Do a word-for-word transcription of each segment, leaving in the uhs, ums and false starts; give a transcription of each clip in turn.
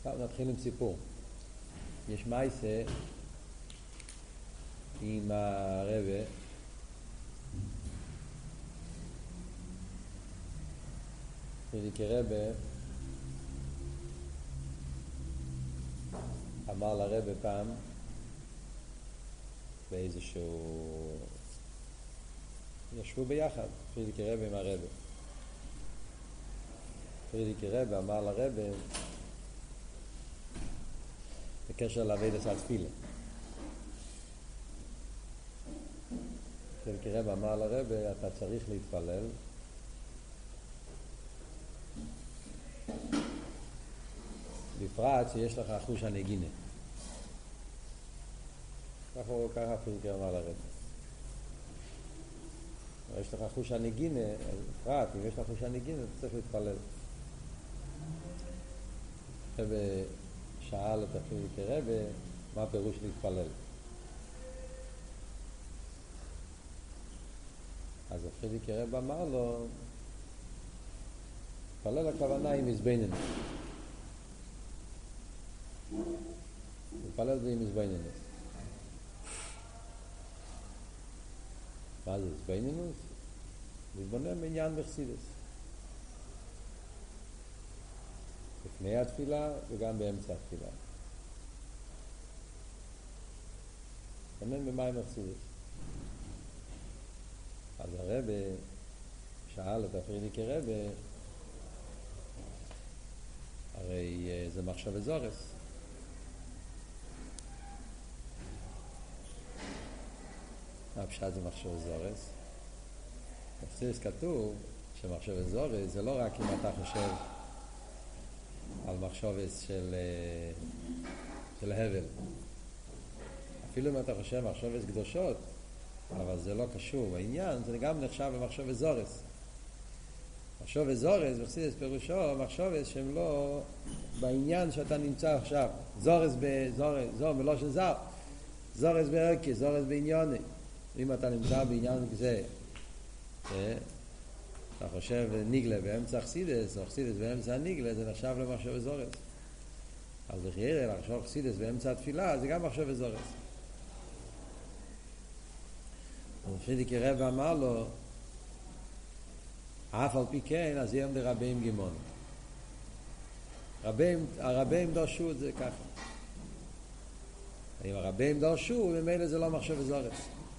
נתחיל עם סיפור. יש מייסה עם הרבא פרידיקי רבא אמר לרבא פעם באיזשהו ישבו ביחד פרידיקי רבא עם הרבא. פרידיקי רבא אמר לרבא בקשר לעבודת התפילה. פרידיקי רבא אמר לרבא, אתה צריך להתפלל בפרט שיש לך חוש הנגינה. ככה הוא ככה פרידיקי אמר לרבא. יש לך חוש הנגינה, בפרט אם יש לך חוש הנגינה אתה צריך להתפלל. רבא שאל את פרידיקי רבא מה פירוש להתפלל. אז פרידיקי רבא אמר לו, להתפלל הכוונה עם מזבנינוס. להתפלל זה עם מזבנינוס. מה זה מזבנינוס? להתבונן בעניין בחסידות. לפני התפילה וגם באמצע התפילה. להתבונן במים בחסידות. אז הרבא שאל את הפרידיקי רבא, הרי זה מחשב וזורס. הפשט זה מחשב וזורס. בחסידות כתוב שמחשב וזורס זה לא רק אם אתה חושב על מחשבת של, של הבל. אפילו אם אתה חושב מחשבת קדושות, אבל זה לא קשור. העניין זה גם נחשב במחשבת זורס. מחשבת זורס, בחסידות פירושו, מחשבת שהם לא בעניין שאתה נמצא עכשיו. זורס בזורס, זור מלושן זר. זורס בערכי, זורס בעניוני. אם אתה נמצא בעניין כזה, אתה חושב ניגלה באמצע חסידות, או חסידות באמצע ניגלה, זה נחשב למחשבת זורס. אז לכאורה, לחשוב חסידות באמצע התפילה, זה גם מחשבת זורס. פרידיקי רבא אמר לו, אף על פי כן, אז יהיה לרבים גימון. רבים, הרבים דרשו את זה ככה. אם הרבים דרשו, ממילא זה לא מחשבת זורס.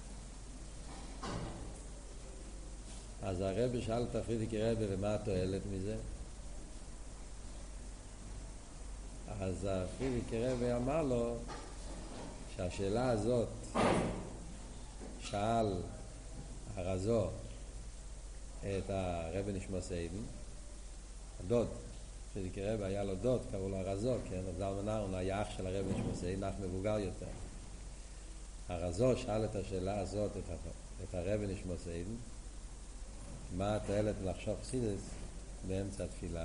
אז הרבא שאל את פרידיקי רבא, ומה התועלת מזה? אז פרידיקי רבא אמר לו, שהשאלה הזאת שאל הרזו את הרבא נשמוס איידן, הדוד, פרידיקי רבא היה לו דוד, קראו לו הרזו, כן? זלמן אהרון היה אח של הרבא נשמוס איידן, אח מבוגר יותר. הרזו שאל את השאלה הזאת את, את הרבא נשמוס איידן, מה התועלת לחשוב חסידות באמצע התפילה?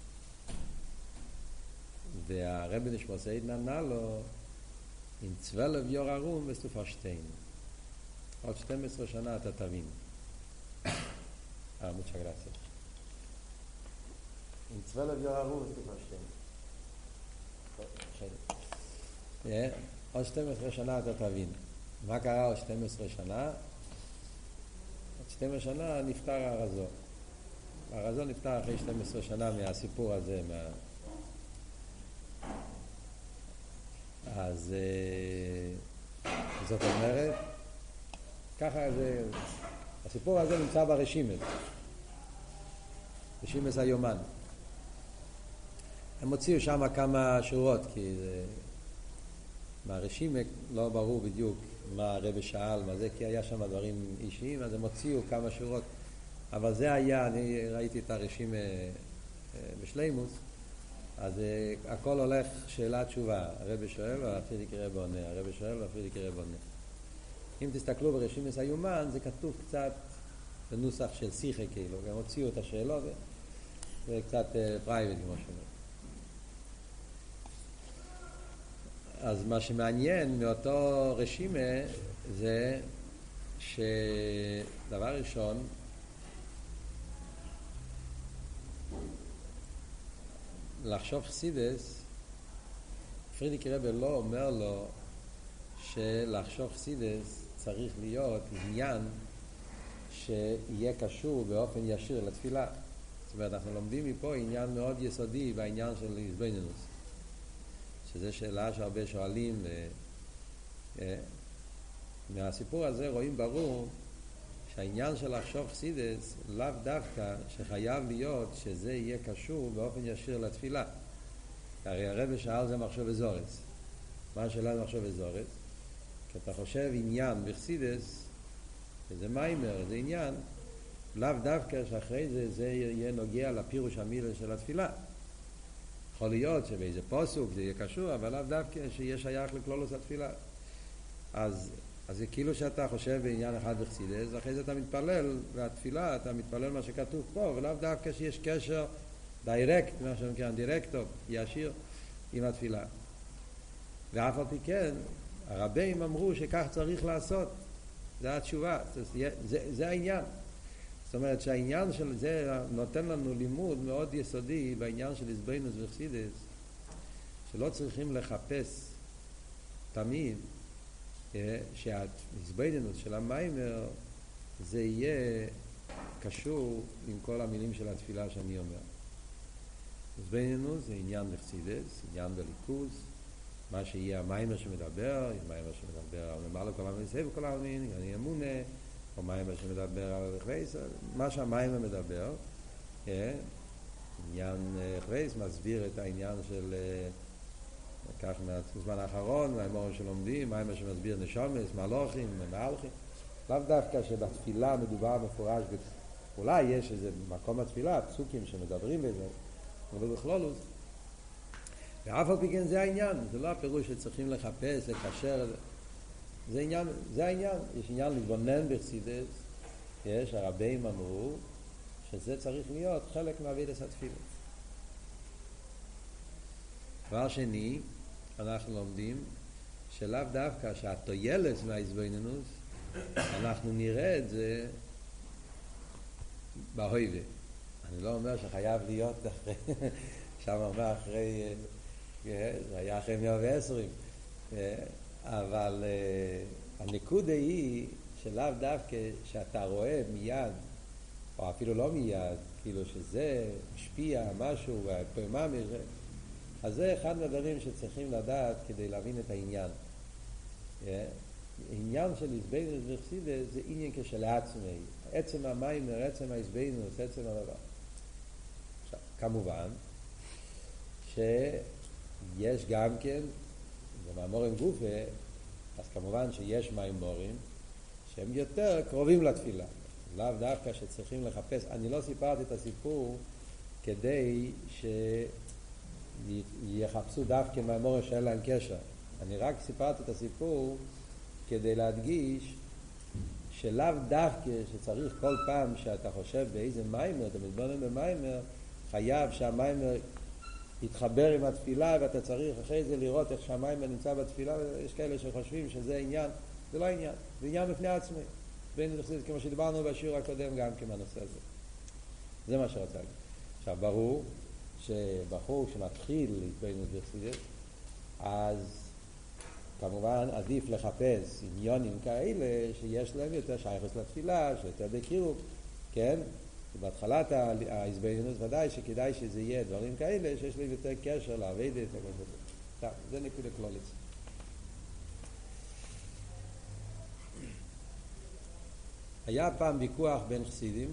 והרבא נשמוס איידן ענה לו, עם צוולב יור ארום וסטופה שטיין. עוד שתים עשרה שנה אתה תבין. אה, muchas gracias. עם צוולב יור ארום וסטופה שטיין. עוד שתים עשרה שנה אתה תבין. מה קרה עוד שתים עשרה שנה? עוד שתים עשרה שנה נפטר הרזו. הרזו נפטר אחרי שתים עשרה שנה מהסיפור הזה. מה... אז זאת אומרת, ככה זה, הסיפור הזה נמצא ברשימת, רשימת היומן. הם הוציאו שם כמה שורות, כי זה, מהרשימת לא ברור בדיוק מה הרבא שאל, מה זה, כי היה שם דברים אישיים, אז הם הוציאו כמה שורות. אבל זה היה, אני ראיתי את הרשימת בשלימוס, אז uh, הכל הולך שאלה תשובה. הרבא שואל והפרידיקי רבא עונה, הרבא שואל והפרידיקי רבא עונה. אם תסתכלו ברשימת היומן, זה כתוב קצת בנוסח של שיחה, כאילו, גם הוציאו את השאלות, זה קצת uh, פרייבט כמו שאומר. אז מה שמעניין מאותו רשימה זה שדבר ראשון, לחשוב חסידס פרידיקי רבי לא אומר לו שלחשוב חסידס צריך להיות עניין שיהיה קשור באופן ישיר לתפילה. זאת אומרת, אנחנו לומדים מפה עניין מאוד יסודי בעניין של איזבנינוס, שזה שאלה שהרבה שואלים, ו... מהסיפור הזה רואים ברור שהעניין של לחשוב חסידס לאו דווקא שחייב להיות שזה יהיה קשור באופן ישיר לתפילה. הרי הרב שאל זה מחשוב וזורס. מה השאלה זה מחשוב וזורס? כי אתה חושב עניין בחסידס, זה מיימר, זה עניין, לאו דווקא שאחרי זה זה יהיה נוגע לפירוש המילה של התפילה. יכול להיות שבאיזה פוסוק זה יהיה קשור, אבל לאו דווקא שיהיה שייך לכלולוס התפילה. אז, אז זה כאילו שאתה חושב בעניין אחד בחסידס, אחרי זה אתה מתפלל, והתפילה אתה מתפלל מה שכתוב פה, ולאו דווקא שיש קשר דיירקט, מה שנקרא דירקטור, ישיר עם התפילה. ואף על פי כן, הרבים אמרו שכך צריך לעשות. זה התשובה, זה, זה, זה העניין. זאת אומרת שהעניין של זה נותן לנו לימוד מאוד יסודי בעניין של איזבנינוס וחסידס, שלא צריכים לחפש תמיד שהאיזבנינוס של המיימר זה יהיה קשור עם כל המילים של התפילה שאני אומר. איזבנינוס זה עניין בחסידס, עניין בליכוז, מה שיהיה המיימר שמדבר, מיימר שמדבר על למעלה כל העלמין סביב כל העלמין, אני אמונה, או מיימר שמדבר על חווייס, מה שהמיימר מדבר, עניין חווייס מסביר את העניין של, כך מהזמן האחרון, מיימר שלומדים, מיימר שמסביר נשומס, מלוכים, מהלכים, לאו דווקא שבתפילה מדובר מפורש, אולי יש איזה מקום התפילה, פסוקים שמדברים בזה, אבל בכללות, ואף על פי כן זה העניין, זה לא הפירוש שצריכים לחפש, לקשר, זה עניין, זה העניין, יש עניין להתבונן בחסידס, יש, הרבים אמרו שזה צריך להיות חלק מעבודת התפילה. דבר שני, אנחנו לומדים שלאו דווקא שהתועלת מהאיזבנינוס, אנחנו נראה את זה בהווה. אני לא אומר שחייב להיות אחרי, שם אומר אחרי, זה היה אחרי מאה ועשרים, אבל הנקודה היא שלאו דווקא שאתה רואה מיד, או אפילו לא מיד, כאילו שזה משפיע משהו, והפעמה מזה, אז זה אחד מהדברים שצריכים לדעת כדי להבין את העניין. העניין של איזבנינוס וחסידס זה עניין כשלעצמי, עצם המיימר, עצם האיזבנינוס, עצם הדבר. עכשיו, כמובן שיש גם כן, במאמורים גופה, אז כמובן שיש מיימורים שהם יותר קרובים לתפילה, לאו דווקא שצריכים לחפש. אני לא סיפרתי את הסיפור כדי שיחפשו דווקא מיימורים שאין להם קשר. אני רק סיפרתי את הסיפור כדי להדגיש שלאו דווקא שצריך כל פעם שאתה חושב באיזה מיימר, אתה מתבונן במיימר, חייב שהמיימר יתחבר עם התפילה, ואתה צריך אחרי זה לראות איך שהמיימר נמצא בתפילה. יש כאלה שחושבים שזה עניין, זה לא עניין, זה עניין בפני עצמי. בין לחסידות, כמו שדיברנו בשיעור הקודם גם כמנושא הזה. זה מה שרצה להגיד. עכשיו, ברור שבחור שמתחיל להתבונן בחסידות, אז כמובן עדיף לחפש עניונים כאלה שיש להם יותר שייכות לתפילה, שיותר בקירוב, כן? בהתחלת האיזבנינוס ודאי שכדאי שזה יהיה דברים כאלה שיש להם יותר קשר לעבודת. טוב, זה נקודה כללית. היה פעם ויכוח בין חסידים,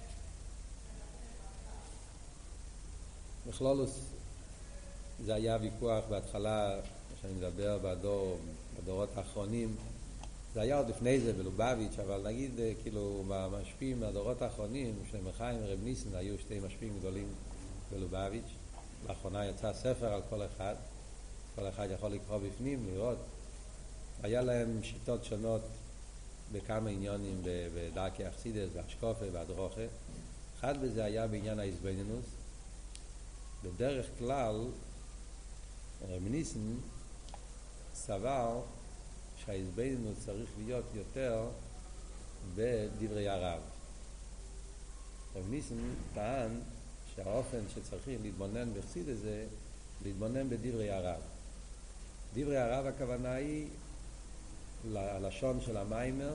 בכללוס זה היה ויכוח בהתחלה, שאני מדבר בדור, בדורות האחרונים, זה היה עוד לפני זה בלובביץ', אבל נגיד כאילו משפיעים מהדורות האחרונים, שלמה חיים ורב ניסן היו שתי משפיעים גדולים בלובביץ'. לאחרונה יצא ספר על כל אחד, כל אחד יכול לקרוא בפנים, לראות. היה להם שיטות שונות בכמה עניונים בדרכי החסידות, בהשקופה, בהדרוכה. אחד בזה היה בעניין האיזבנינוס. בדרך כלל רב ניסן סבר שהאיזבנינוס צריך להיות יותר בדברי הרב. רב ניסן טען שהאופן שצריכים להתבונן בחסידות זה להתבונן בדברי הרב. דברי הרב הכוונה היא ללשון של המיימר.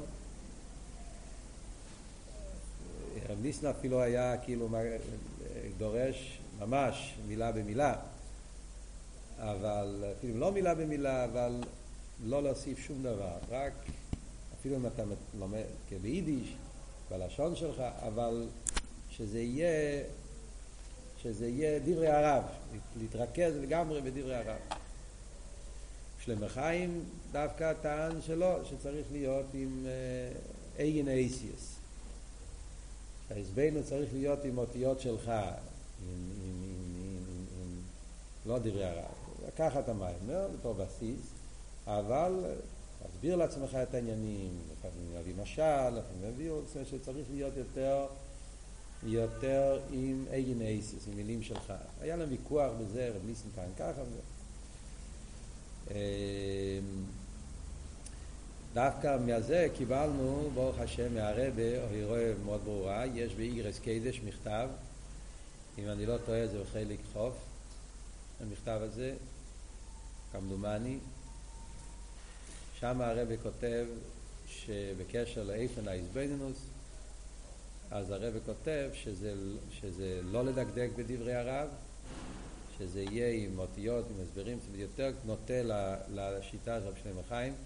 רב ניסן אפילו היה כאילו דורש ממש מילה במילה, אבל אפילו לא מילה במילה, אבל לא להוסיף שום דבר, רק אפילו אם אתה לומד כביידיש בלשון שלך, אבל שזה יהיה שזה יהיה דברי הרב, להתרכז לגמרי בדברי הרב. שלמה חיים דווקא טען שלא, שצריך להיות עם אייגן אייסיוס. שהעזבנו צריך להיות עם אותיות שלך, עם, עם, עם, עם, עם, עם, לא דברי הרב. לקחת המיימר בתור בסיס, אבל להסביר לעצמך את העניינים, לפעמים להביא משל, לפעמים להביא, שצריך להיות יותר, יותר עם אייגן אייסיוס, עם מילים שלך. היה להם ויכוח בזה, רב ניסן טען ככה. דווקא מהזה קיבלנו ברוך השם מהרבה אוהירואה מאוד ברורה. יש באיגרס קדש מכתב, אם אני לא טועה זה בחלק חוף, המכתב הזה כמדומני, שם הרבה כותב שבקשר לאיפן ההסבנינוס, אז הרב כותב שזה, שזה לא לדקדק בדברי הרב, שזה יהיה עם אותיות, עם הסברים, זה יותר נוטה לשיטה של שלמה חיים,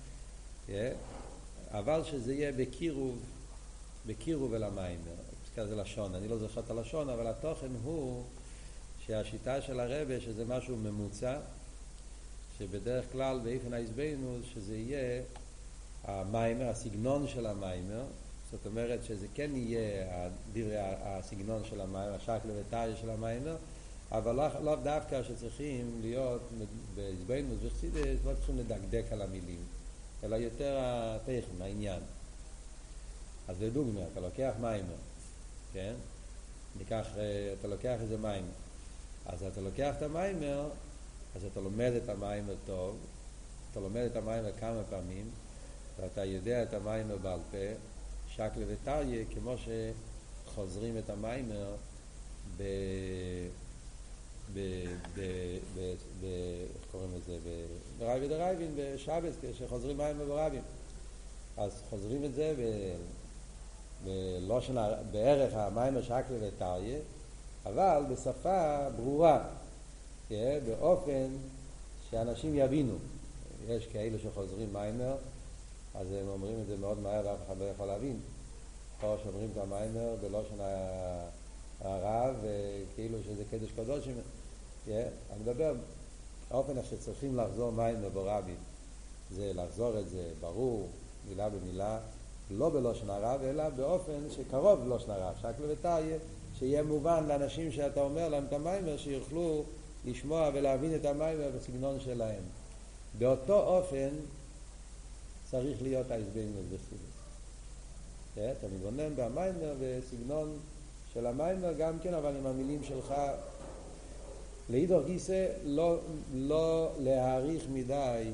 אבל שזה יהיה בקירוב, בקירוב אל המיימר. זה לשון, אני לא זוכר את הלשון, אבל התוכן הוא שהשיטה של הרב שזה משהו ממוצע, שבדרך כלל באיפן ההסבנינוס שזה יהיה המיימר, הסגנון של המיימר, זאת אומרת שזה כן יהיה דברי הסגנון של המיימר, השקלא וטריא של המיימר, אבל לא, לא דווקא שצריכים להיות בהסבנינוס וחסידות, לא צריכים לדקדק על המילים, אלא יותר הטכן, העניין. אז לדוגמה, אתה לוקח מיימר, כן? ניקח, אתה לוקח איזה מיימר, אז אתה לוקח את המיימר, אז אתה לומד את המיימר טוב, אתה לומד את המיימר כמה פעמים, ואתה יודע את המיימר בעל פה, שקלא וטריא, כמו שחוזרים את המיימר ב... ב... ב... ב... ב... איך קוראים לזה? ברייבין דרייבין, בשבת, כשחוזרים מיימר ברבים. אז חוזרים את זה ב... בלושן, בערך המיימר שקלא וטריא, אבל בשפה ברורה, באופן שאנשים יבינו. יש כאלה שחוזרים מיימר, אז הם אומרים את זה מאוד מהר ואף אחד לא יכול להבין. או שאומרים את המיימר בלושן הרב, כאילו שזה קדש קדושים. אני מדבר, האופן איך שצריכים לחזור מיימר ברבים, זה לחזור את זה ברור, מילה במילה, לא בלושן הרב, אלא באופן שקרוב בלושן הרב, שקלא וטריא, שיהיה מובן לאנשים שאתה אומר להם את המיימר, שיוכלו לשמוע ולהבין את המיימר בסגנון שלהם. באותו אופן צריך להיות ההסבנינוס בחסידות. אתה מתבונן במיימר בסגנון של המיימר גם כן, אבל עם המילים שלך. להידור גיסא לא, לא להעריך מדי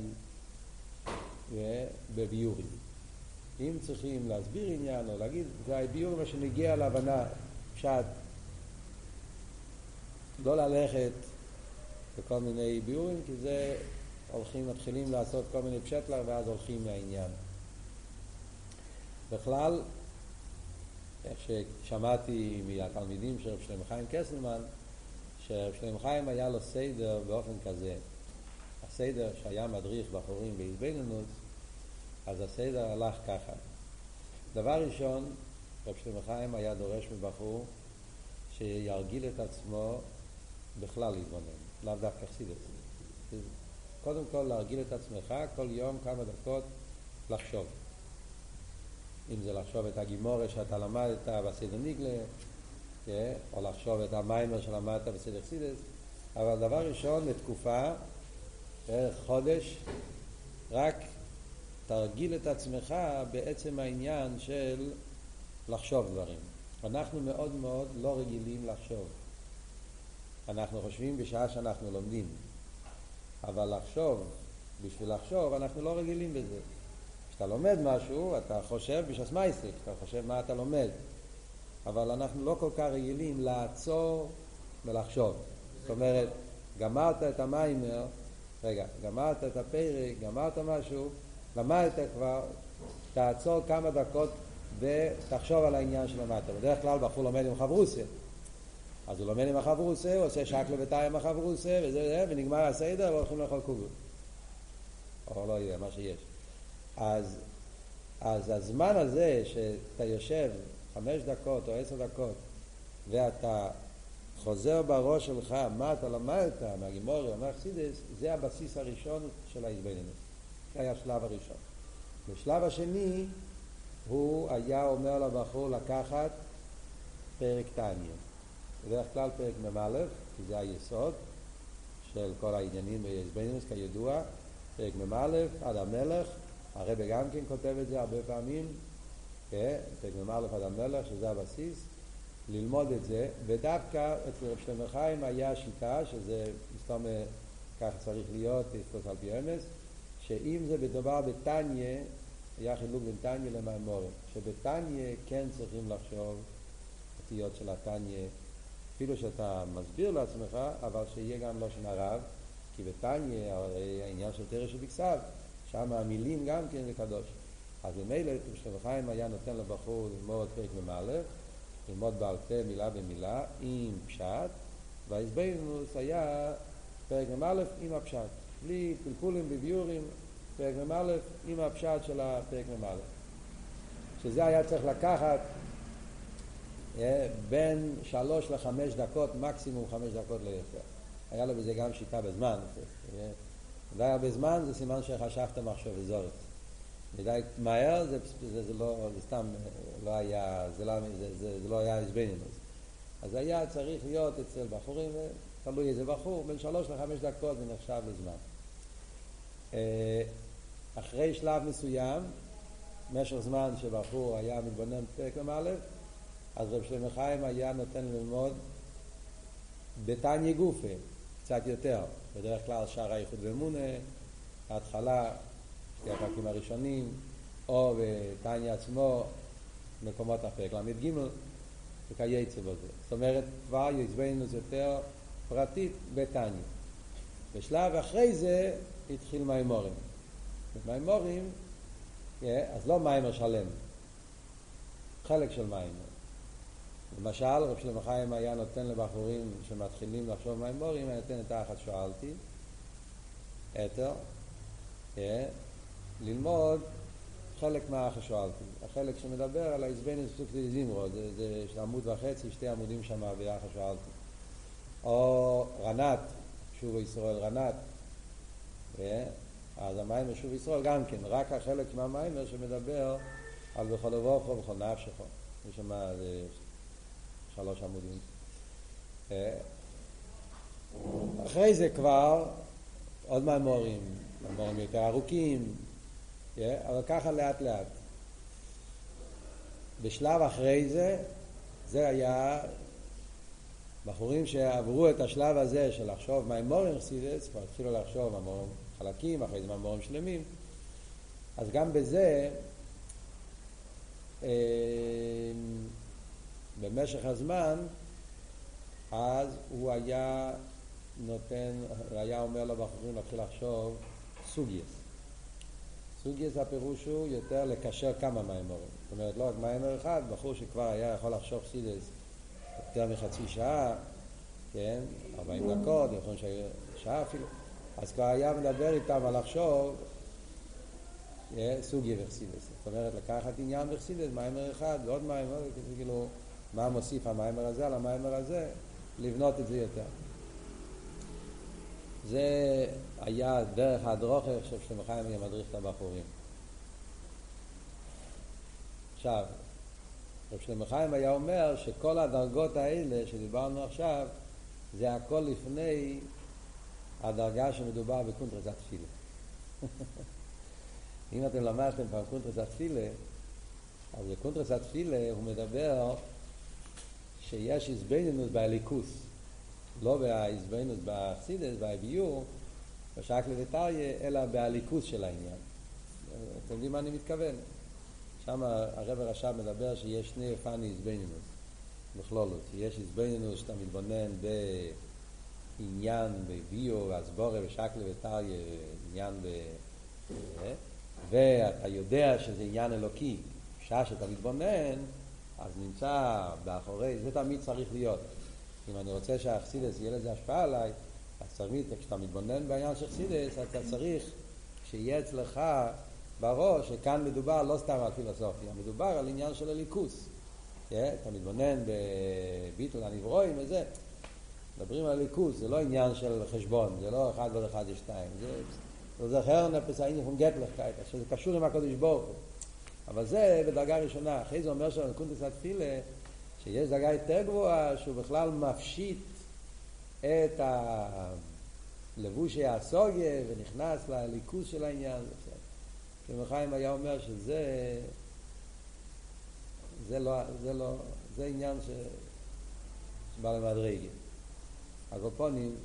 בביורים. אם צריכים להסביר עניין או להגיד, זה הביורים מה שנגיע להבנה, פשט. לא ללכת בכל מיני ביורים, כי זה הולכים, מתחילים לעשות כל מיני פשטלר ואז הולכים מהעניין. בכלל, איך ששמעתי מהתלמידים של רב שלמה חיים קסלמן, שרב שלמה חיים היה לו סדר באופן כזה. הסדר שהיה מדריך בחורים בהסבנינוס, אז הסדר הלך ככה. דבר ראשון, רב שלמה חיים היה דורש מבחור שירגיל את עצמו בכלל להתבונן, לאו דווקא חסידות. קודם כל להרגיל את עצמך כל יום כמה דקות לחשוב. אם זה לחשוב את הגימורה שאתה למדת בסדר ניגלה, או לחשוב את המיימר שלמדת בסדר חסידות, אבל דבר ראשון לתקופה, בערך חודש, רק תרגיל את עצמך בעצם העניין של לחשוב דברים. אנחנו מאוד מאוד לא רגילים לחשוב. אנחנו חושבים בשעה שאנחנו לומדים. אבל לחשוב, בשביל לחשוב, אנחנו לא רגילים בזה. כשאתה לומד משהו, אתה חושב בשביל מייסק, אתה חושב מה אתה לומד. אבל אנחנו לא כל כך רגילים לעצור ולחשוב. זאת אומרת, גמרת את המיימר, רגע, גמרת את הפרק, גמרת משהו, למדת כבר, תעצור כמה דקות ותחשוב על העניין שלמדת. בדרך כלל בחור לומד עם חברוסה, אז הוא לומד עם החברוסה, הוא עושה שקלו ותאי עם החברוסה, וזה, וזה, ונגמר הסדר והולכים לאכול קוגל. או לא יהיה, מה שיש. אז, אז הזמן הזה שאתה יושב חמש דקות או עשר דקות, ואתה חוזר בראש שלך מה אתה למדת מהגימורי או מהחסידס, זה הבסיס הראשון של ההתבוננות. זה היה השלב הראשון. בשלב השני הוא היה אומר לבחור לקחת פרק תניא. בדרך כלל פרק ממלך, כי זה היסוד של כל העניינים בהתבוננות כידוע. פרק ממלך עד המלך, הרב גם כן כותב את זה הרבה פעמים, כן? פרק ממלך עד המלך, שזה הבסיס. ללמוד את זה, ודווקא אצל רב שלמה חיים היה שיטה, שזה מסתום ככה צריך להיות, תפוס על פי אמס, שאם זה מדובר בתניא, היה חילוק בין תניא למימורים, שבתניא כן צריכים לחשוב אותיות של התניא, אפילו שאתה מסביר לעצמך, אבל שיהיה גם לא שנה רב, כי בתניא, הרי העניין של תרא שבכסף, שם המילים גם כן זה קדוש. אז במילא רב שלמה חיים היה נותן לבחור ללמוד פרק ממלך, ללמוד בעל פה מילה במילה עם פשט, וההסבינוס היה פרק ממלא עם הפשט, בלי פלפולים בביורים, פרק ממלא עם הפשט של הפרק ממלא, שזה היה צריך לקחת בין שלוש לחמש דקות, מקסימום חמש דקות לא יותר. היה לו בזה גם שיטה בזמן, זה היה בזמן, זה סימן שחשבת מחשוב וזורת. מדי מהר זה, זה, זה לא, זה סתם לא היה, זה לא, זה, זה, זה לא היה הסבינינוס. אז היה צריך להיות אצל בחורים, תלוי איזה בחור, בין שלוש לחמש דקות זה נחשב לזמן. אחרי שלב מסוים, משך זמן שבחור היה מתבונן פרק ממלא, אז רב שלמה חיים היה נותן ללמוד בתניא גופה, קצת יותר. בדרך כלל שער הייחוד ואמונה, ההתחלה, שתי הפרקים הראשונים, או בתניא עצמו, מקומות הפרק למד ג' וכייצא בזה. זאת אומרת, כבר יצבנו יותר פרטית בתניא. בשלב אחרי זה התחיל מימורים. מימורים, אז לא מיימר שלם, חלק של מיימר. למשל, רב שלמה חיים היה נותן לבחורים שמתחילים לחשוב מימורים, היה נותן את האחת שואלתי, אתר, ללמוד חלק מהאחת שואלתי. החלק שמדבר על ההסבנס סוג של זמרו, זה, זה עמוד וחצי, שתי עמודים שם באחת שואלתי. או רנת, שוב ישראל רנת, אז המיימר שוב ישראל גם כן, רק החלק מהמיימר שמדבר על בכל לבוכו ובכל נפשך. יש שם שלוש עמודים. אחרי זה כבר עוד מיימורים, מיימורים יותר ארוכים, אבל ככה לאט לאט. בשלב אחרי זה, זה היה בחורים שעברו את השלב הזה של לחשוב מיימורים חסידס, כבר התחילו לחשוב מיימורים חלקים, אחרי זה מיימורים שלמים. אז גם בזה במשך הזמן, אז הוא היה נותן, היה אומר לבחורים להתחיל לחשוב סוגייס. סוגייס הפירוש הוא יותר לקשר כמה מיימורים. זאת אומרת, לא רק מיימר אחד, בחור שכבר היה יכול לחשוב חסידס יותר מחצי שעה, כן, ארבעים דקות, יכול להיות שעה אפילו, אז כבר היה מדבר איתם על לחשוב סוגיה וחסידס. זאת אומרת, לקחת עניין בחסידס, מיימר אחד ועוד מיימר, כאילו, מה מוסיף המיימר הזה על המיימר הזה, לבנות את זה יותר. זה היה דרך הדרוך, אני חושב שלמה חיים היה מדריך את הבחורים. עכשיו, רב שלמה חיים היה אומר שכל הדרגות האלה שדיברנו עכשיו, זה הכל לפני הדרגה שמדובר בקונטרס התפילה. אם אתם למדתם פעם קונטרס התפילה, אז בקונטרס התפילה הוא מדבר שיש הסביננות באליקוס, לא בהסביננות בחסידס, בהביור, בשקלא וטריא, אלא באליקוס של העניין. אתם יודעים מה אני מתכוון? שם הרב הרש"ב מדבר שיש שני פני הסביננות, בכללות. יש הסביננות שאתה מתבונן ב... עניין בביו והסבורה ושקלה וטריה, עניין ב... ואתה יודע שזה עניין אלוקי, שעה שאתה מתבונן, אז נמצא באחורי, זה תמיד צריך להיות. אם אני רוצה שהחסידס יהיה לזה השפעה עליי, אז תמיד, כשאתה מתבונן בעניין של חסידס, אתה צריך שיהיה אצלך בראש שכאן מדובר לא סתם על פילוסופיה, מדובר על עניין של הליכוס. אתה מתבונן בביטול הנברואים וזה, מדברים על הליכוס, זה לא עניין של חשבון, זה לא אחד ועוד אחד יש שתיים, זה זכר נפס העניין פון גטלך קייטה, שזה קשור עם הקודש ברוך הוא. אבל זה בדרגה ראשונה. אחרי זה אומר שלנו קונטס התפילה, שיש דרגה יותר גבוהה, שהוא בכלל מפשיט את הלבושי הסוגיה ונכנס לליכוס של העניין. שמחיים היה אומר שזה זה לא, זה לא, זה עניין ש... שבא למדרגה. הקופונים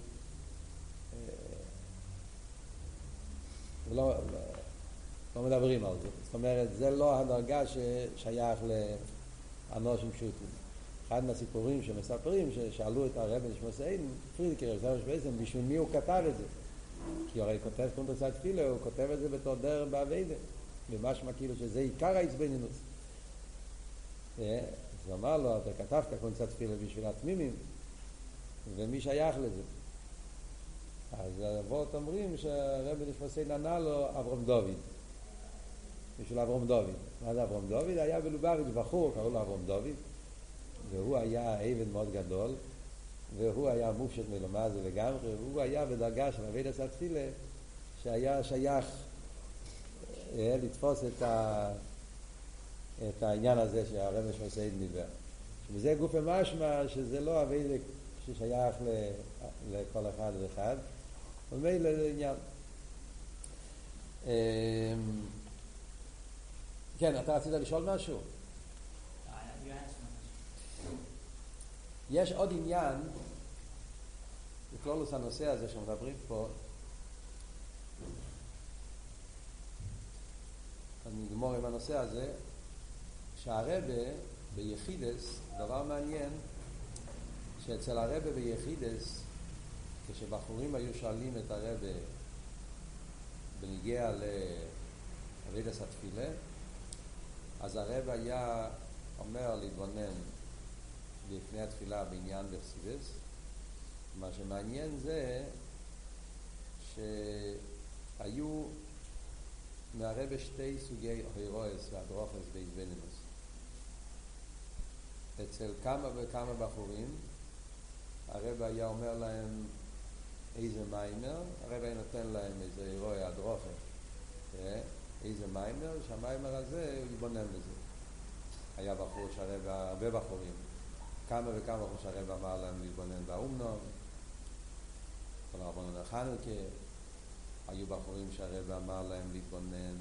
לא, לא, לא מדברים על זה. זאת אומרת, זה לא הדרגה ששייך לאנושים פשוטים. אחד מהסיפורים שמספרים, ששאלו את הרב נשמוס עדן, פרידיקר, בשביל מי הוא כתב את זה? כי הרי כותב קונטרס התפילה, הוא כותב את זה בתור דרך בעבודה. ומשמע כאילו שזה עיקר ההצבנינוס. אז הוא אמר לו, אתה כתבת קונטרס התפילה בשביל התמימים, ומי שייך לזה? אז אבות אומרים שהרב נשמוס עדן ענה לו אברהם דוד. בשביל אברהם דוד. מה זה אברהם דוד? היה בלובביץ' בחור, קראו לו אברהם דוד, והוא היה עבד מאוד גדול, והוא היה מופשט מלומד לגמרי, והוא היה בדרגה של עבודת התפילה שהיה שייך לתפוס את, ה... את העניין הזה שהרב נשמוס עדן דיבר. וזה גוף משמע שזה לא עבודת ששייך ל... לכל אחד ואחד, ומילא זה עניין. כן, אתה רצית לשאול משהו? יש עוד עניין בכלולוס הנושא הזה שמדברים פה. אני אגמור עם הנושא הזה, שהרבא ביחידס, דבר מעניין, שאצל הרבא ביחידס, כשבחורים היו שואלים את הרבא בנגיע לעבודת התפילה, אז הרב היה אומר להתבונן לפני התפילה בעניין בחסידות. מה שמעניין זה שהיו מהרב שתי סוגי הירואס והדרוכס בהתבוננות. אצל כמה וכמה בחורים הרב היה אומר להם איזה מיימר, הרב היה נותן להם איזה הירואי הדרוכה, איזה מיימר, שהמיימר הזה הוא יתבונן לזה. היה בחור שהרב, הרבה בחורים, כמה וכמה בחור שהרב אמר להם להתבונן באומנום, כל הרבנון החנוכה. היו בחורים שהרב אמר להם להתבונן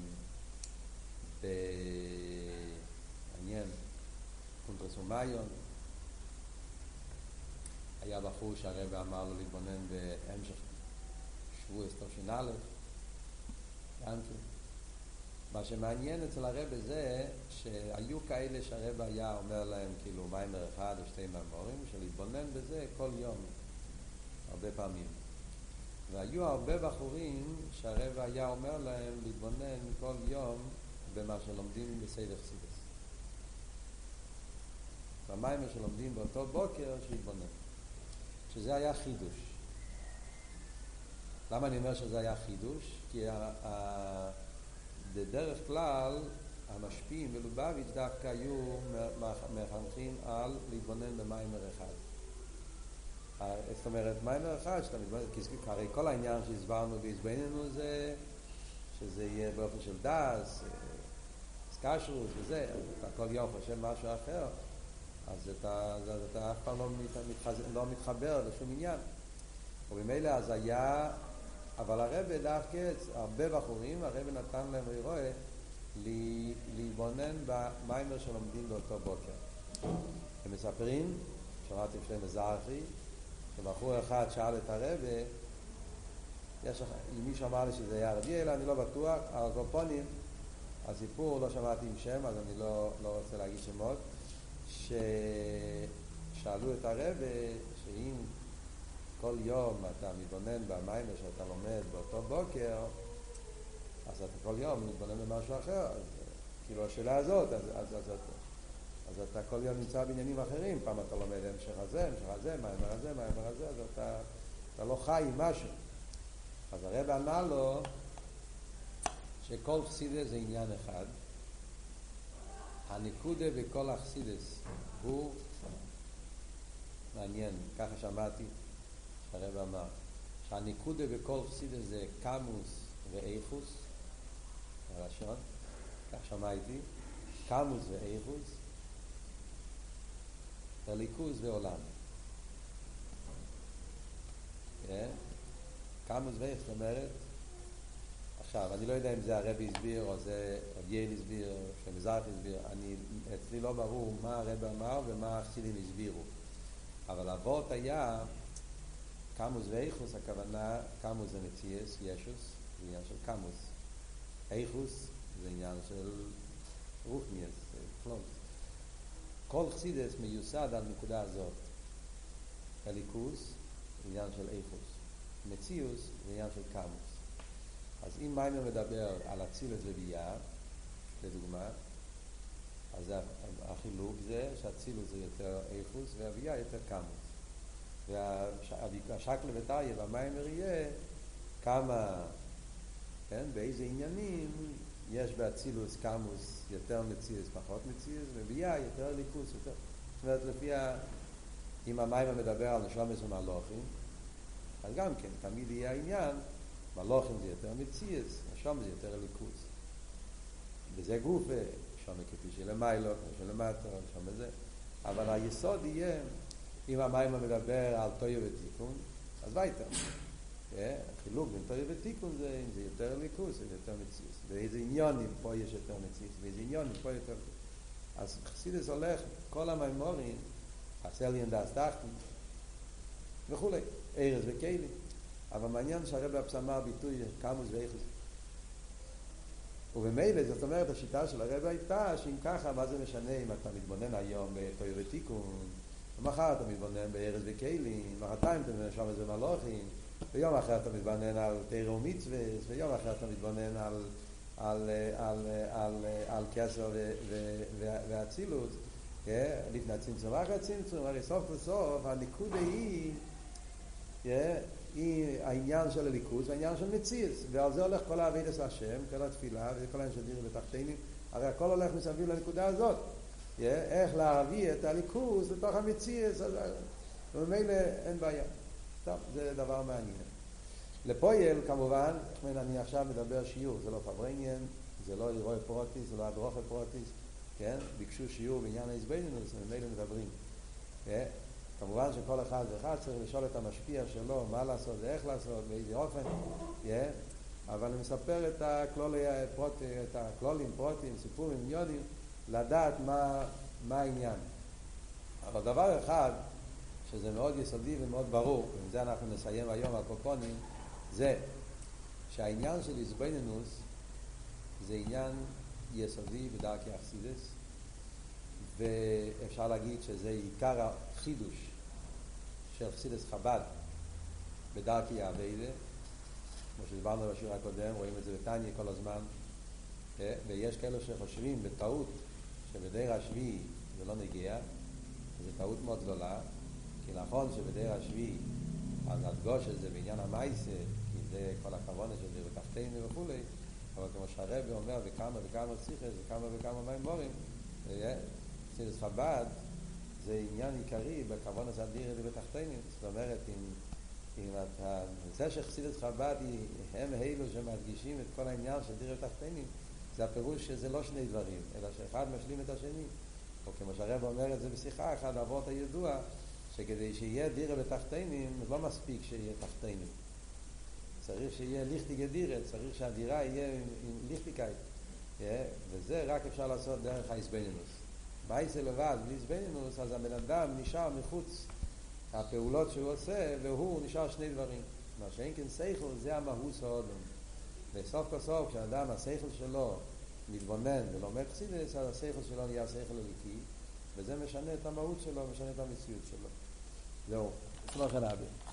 בעניין קונטרס ומאיון. היה בחור שהרב אמר לו להתבונן בהמשך שבוע תש"א. גם כן. מה שמעניין אצל הרב זה שהיו כאלה שהרב היה אומר להם כאילו מיימר אחד או שתי מאמרים שלהתבונן בזה כל יום, הרבה פעמים. והיו הרבה בחורים שהרב היה אומר להם להתבונן כל יום במה שלומדים בסדר חסידות. במיימר שלומדים באותו בוקר שהתבונן. שזה היה חידוש. למה אני אומר שזה היה חידוש? כי ה- ה- בדרך כלל המשפיעים בלובביץ' דווקא היו מחנכים על להתבונן במיימר אחד. זאת אומרת, מיימר אחד שאתה מתבונן, כי הרי כל העניין שהסברנו והסברנו זה שזה יהיה באופן של דס, סקשרוס וזה, אתה כל יום חושב משהו אחר, אז אתה, אז אתה אף פעם לא, מתחז... לא מתחבר לשום עניין. ובמילא אז היה, אבל הרב דווקא, הרבה בחורים, הרב נתן להם רואה להתבונן במיימר שלומדים באותו בוקר. הם מספרים, שמעתם שלהם מזרחי, שבחור אחד שאל את הרב, יש, מישהו אמר לי שזה היה רבי, אלא אני לא בטוח, על הקופונים, הסיפור לא שמעתי עם שם, אז אני לא, לא רוצה להגיד שמות, ששאלו את הרב, שאם כל יום אתה מתבונן במיימר שאתה לומד באותו בוקר, אז אתה כל יום מתבונן במשהו אחר, אז כאילו השאלה הזאת, אז, אז, אז, אז, אז אתה כל יום נמצא בעניינים אחרים, פעם אתה לומד המשך הזה, המשך הזה, מיימר הזה, מיימר הזה, אז אתה, אתה לא חי עם משהו. אז הרב ענה לו שכל חסידס זה עניין אחד, הנקודה בכל החסידס הוא מעניין, ככה שמעתי שהרב אמר שהנקודה בכל חסידס זה קמוס ואיכוס, הלשון, כך שמעתי, קמוס ואיכוס, הליכוז ועולם. קמוס ואיכוס, זאת אומרת, עכשיו, אני לא יודע אם זה הרבי הסביר או זה אבייל הסביר, שמזרח הסביר, אני, אצלי לא ברור מה הרבי אמר ומה החסידים הסבירו, אבל אבות היה קמוס ואיכוס, הכוונה, קמוס זה מציאס, ישוס, זה עניין של קמוס. איכוס זה עניין של רוחניאס, פלונס. כל חסידס מיוסד על נקודה הזאת. הליכוס זה עניין של איכוס. מציאוס זה עניין של קמוס. אז אם מיימר מדבר על אצילוס וביאה, לדוגמה, אז החילוק זה שאצילוס זה יותר איכוס והביאה יותר קמוס. והשקל וטריה במיימר יהיה כמה, כן, באיזה עניינים יש באצילוס קמוס יותר מציאס, פחות מציאס, וביאה יותר ליכוס, יותר. זאת אומרת, לפי ה... אם המיימר מדבר על נשומס ומלוכים, אז גם כן, תמיד יהיה העניין, מלוכים זה יותר מציאס, נשומס זה יותר ליכוס. וזה גוף, נשומס כפי שלמיילו, כמו שלמטה, נשומס זה. אבל היסוד יהיה, אם המיימר מדבר על טויה ותיקון, אז וייטר. חילוק בין טויה ותיקון זה, אם זה יותר ליכוס, זה יותר מציאס. באיזה עניונים פה יש יותר מציאס, באיזה עניונים פה יותר... אז חסידס הולך, כל המיימורים, הסליין דאס תחתן, וכו', ארז וקיילי. אבל מעניין שהרב הפסמה ביטוי קמוס ואיכוס. ובמילא, זאת אומרת, השיטה של הרב הייתה, שאם ככה, מה זה משנה אם אתה מתבונן היום בטויה ותיקון, ומחר אתה מתבונן בארז וקיילים, מחרתיים אתה מתבונן שם איזה מלוכים, ויום אחר אתה מתבונן על תורה ומצווה, ויום אחר אתה מתבונן על על על על על כסר ואצילות, לפני הצמצום ואחרי הצמצום, הרי סוף לסוף הנקודה היא היא העניין של הליכוז והעניין של מציאס, ועל זה הולך כל העבודת השם, כל התפילה וכל העניין של דין בתחתינים, הרי הכל הולך מסביב לנקודה הזאת, איך להביא את הליכוז לתוך המציאס, וממילא אין בעיה. טוב, זה דבר מעניין. לפועל, כמובן, אני עכשיו מדבר שיעור, זה לא פברניאן, זה לא אירועי פרוטיס, זה לא הדרוכי פרוטיס, כן? ביקשו שיעור בעניין ההסבינינוס, וממילא מדברים. כמובן שכל אחד ואחד צריך לשאול את המשפיע שלו, מה לעשות ואיך לעשות, באיזה אופן, אבל אני מספר את הכלולים, פרוטים, סיפורים, עניונים, לדעת מה, מה העניין. אבל דבר אחד, שזה מאוד יסודי ומאוד ברור, ועם זה אנחנו נסיים היום על קופונים, זה שהעניין של איזבנינוס זה עניין יסודי בדרכי אכסידס, ואפשר להגיד שזה עיקר החידוש של אכסידס חב"ד בדרכי העבודה, כמו שדיברנו בשיעור הקודם, רואים את זה בתניא כל הזמן, ויש כאלה שחושבים בטעות שבדרך השביעי זה לא נגיע, זו טעות מאוד גדולה, כי נכון שבדרך השביעי אז הדגוש הזה בעניין המייסה, כי זה כל הכוונה של זה בתחתינו וכו', אבל כמו שהרבי אומר בכמה וכמה שיחס וכמה וכמה מימורים, חסידס חב"ד זה עניין עיקרי בכוונה זה אדיר זה בתחתינו. זאת אומרת, אם, אם אתה, זה שחסידס חב"ד הם אלו שמדגישים את כל העניין של דיר בתחתינו, זה הפירוש שזה לא שני דברים, אלא שאחד משלים את השני. או כמו שהרב אומר את זה בשיחה אחת, אבות הידוע, שכדי שיהיה דירה בתחתינים, לא מספיק שיהיה תחתינים. צריך שיהיה ליכטיגה דירה, צריך שהדירה יהיה עם, עם ליכטיקאית. וזה רק אפשר לעשות דרך האיזבנינוס. מייסה לבד, בלי איזבנינוס, אז הבן אדם נשאר מחוץ הפעולות שהוא עושה, והוא נשאר שני דברים. מה שאין כן שכל, זה המהוס האודום. בסוף כסוף, כשאדם, השכל שלו מתבונן ולומד חסידס, אז השכל שלו נהיה שכל אליקי, וזה משנה את המהות שלו, משנה את המציאות שלו. זהו, שלוש הנאבים.